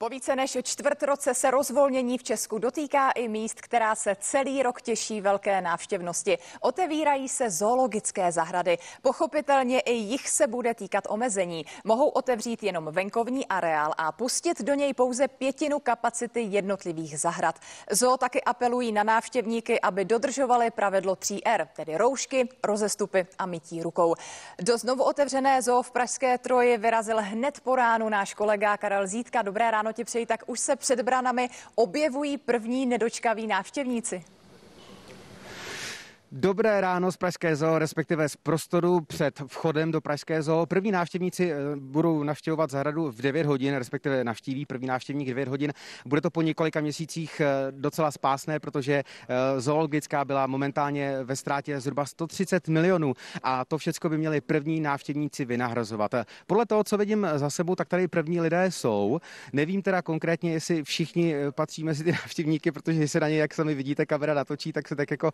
Po více než čtvrt roce se rozvolnění v Česku dotýká i míst, která se celý rok těší velké návštěvnosti. Otevírají se zoologické zahrady. Pochopitelně i jich se bude týkat omezení. Mohou otevřít jenom venkovní areál a pustit do něj pouze 1/5 kapacity jednotlivých zahrad. Zoo taky apelují na návštěvníky, aby dodržovali pravidlo 3R, tedy roušky, rozestupy a mytí rukou. Do znovu otevřené zoo v Pražské Troji vyrazil hned po ránu náš kolega Karel Zítka. Dobré ráno ti přeji, tak už se před branami objevují první nedočkaví návštěvníci. Dobré ráno z Pražské zoo, respektive z prostoru před vchodem do Pražské zoo. První návštěvníci budou navštěvovat zahradu v 9 hodin, respektive navštíví první návštěvník 9 hodin. Bude to po několika měsících docela spásné, protože zoologická byla momentálně ve ztrátě zhruba 130 milionů a to všechno by měli první návštěvníci vynahrazovat. Podle toho, co vidím za sebou, tak tady první lidé jsou. Nevím teda konkrétně, jestli všichni patří mezi ty návštěvníky, protože se na ně, jak sami vidíte, kamera natočí, tak se tak jako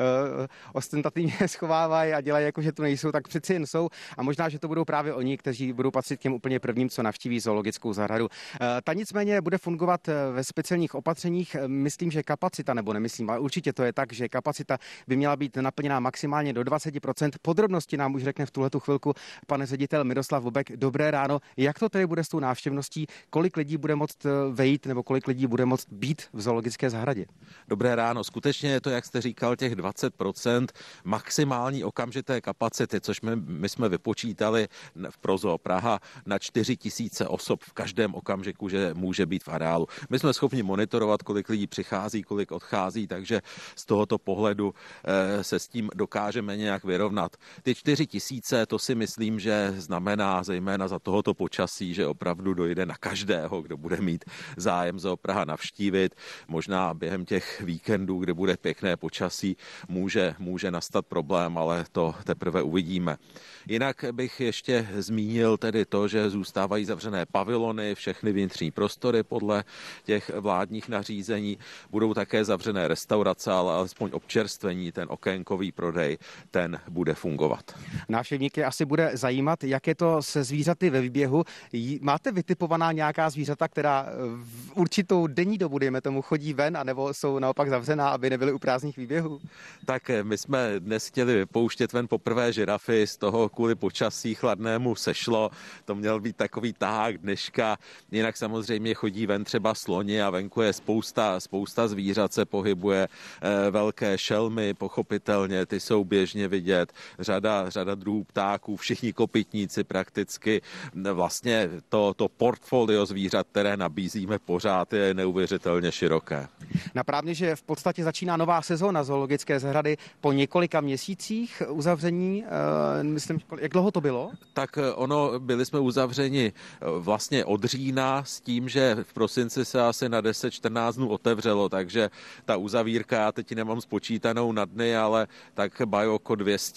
ostentativně schovávají a dělají jako, že tu nejsou, tak přeci jen jsou a možná, že to budou právě oni, kteří budou patřit k těm úplně prvním, co navštíví zoologickou zahradu. Ta nicméně bude fungovat ve speciálních opatřeních. Myslím, že kapacita, nebo nemyslím, ale určitě to je tak, že kapacita by měla být naplněná maximálně do 20%. Podrobnosti nám už řekne v tuhletu chvilku pan ředitel Miroslav Bobek. Dobré ráno. Jak to tedy bude s tou návštěvností? Kolik lidí bude moct vejít nebo kolik lidí bude moct být v zoologické zahradě? Dobré ráno. Skutečně je to, jak jste říkal, těch 20% maximální okamžité kapacity, což my jsme vypočítali v Prozoo Praha na 4 000 osob v každém okamžiku, že může být v areálu. My jsme schopni monitorovat, kolik lidí přichází, kolik odchází, takže z tohoto pohledu se s tím dokážeme nějak vyrovnat. Ty 4 000, to si myslím, že znamená zejména za tohoto počasí, že opravdu dojde na každého, kdo bude mít zájem Zoo Praha navštívit. Možná během těch víkendů, kde bude pěkné počasí, může nastat problém, ale to teprve uvidíme. Jinak bych ještě zmínil tedy to, že zůstávají zavřené pavilony, všechny vnitřní prostory podle těch vládních nařízení. Budou také zavřené restaurace, ale alespoň občerstvení, ten okénkový prodej, ten bude fungovat. Návštěvníky asi bude zajímat, jak je to se zvířaty ve výběhu. Máte vytipovaná nějaká zvířata, která v určitou denní dobu, dejme tomu, chodí ven, anebo jsou naopak zavřená, aby nebyly u prázdných výběhů? Tak my jsme dnes chtěli vypouštět ven poprvé žirafy, z toho kvůli počasí chladnému sešlo. To měl být takový tahák dneška. Jinak samozřejmě chodí ven třeba sloni a venku je spousta zvířat se pohybuje. Velké šelmy, pochopitelně, ty jsou běžně vidět. Řada druhů ptáků, všichni kopytníci prakticky. Vlastně to portfolio zvířat, které nabízíme pořád, je neuvěřitelně široké. Napravdě, že v podstatě začíná nová sezóna zoologické zahrady po několika měsících uzavření. Myslím, jak dlouho to bylo? Tak byli jsme uzavřeni vlastně od října s tím, že v prosinci se asi na 10-14 dnů otevřelo, takže ta uzavírka, já teď nemám spočítanou na dny, ale tak bajoko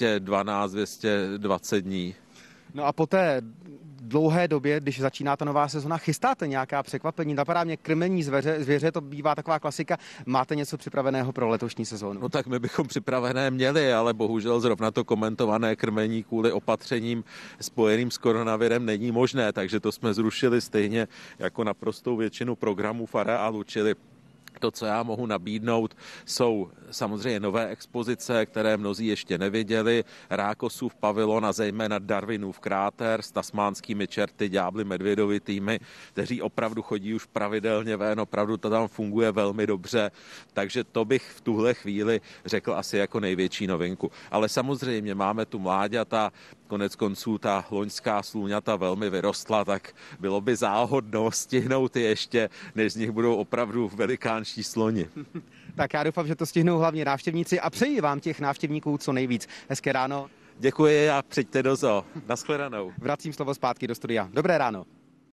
212-220 dní. No a po té dlouhé době, když začíná ta nová sezona, chystáte nějaká překvapení? Napadá mě krmení zvěře, to bývá taková klasika. Máte něco připraveného pro letošní sezónu? No tak my bychom připravené měli, ale bohužel zrovna to komentované krmení kvůli opatřením spojeným s koronavirem není možné, takže to jsme zrušili stejně jako naprostou většinu programů v areálu, čili to, co já mohu nabídnout, jsou samozřejmě nové expozice, které mnozí ještě neviděli. Rákosův pavilon a zejména Darwinův kráter s tasmánskými čerty, ďábly medvědovitými, kteří opravdu chodí už pravidelně ven, opravdu to tam funguje velmi dobře. Takže to bych v tuhle chvíli řekl asi jako největší novinku. Ale samozřejmě máme tu mláďata, konec konců ta loňská slůňata velmi vyrostla, tak bylo by záhodno stihnout ještě, než z nich budou opravdu velikánští sloni. Tak já doufám, že to stihnou hlavně návštěvníci a přeji vám těch návštěvníků co nejvíc. Hezké ráno. Děkuji a přijďte do zoo. Naschledanou. Vracím slovo zpátky do studia. Dobré ráno.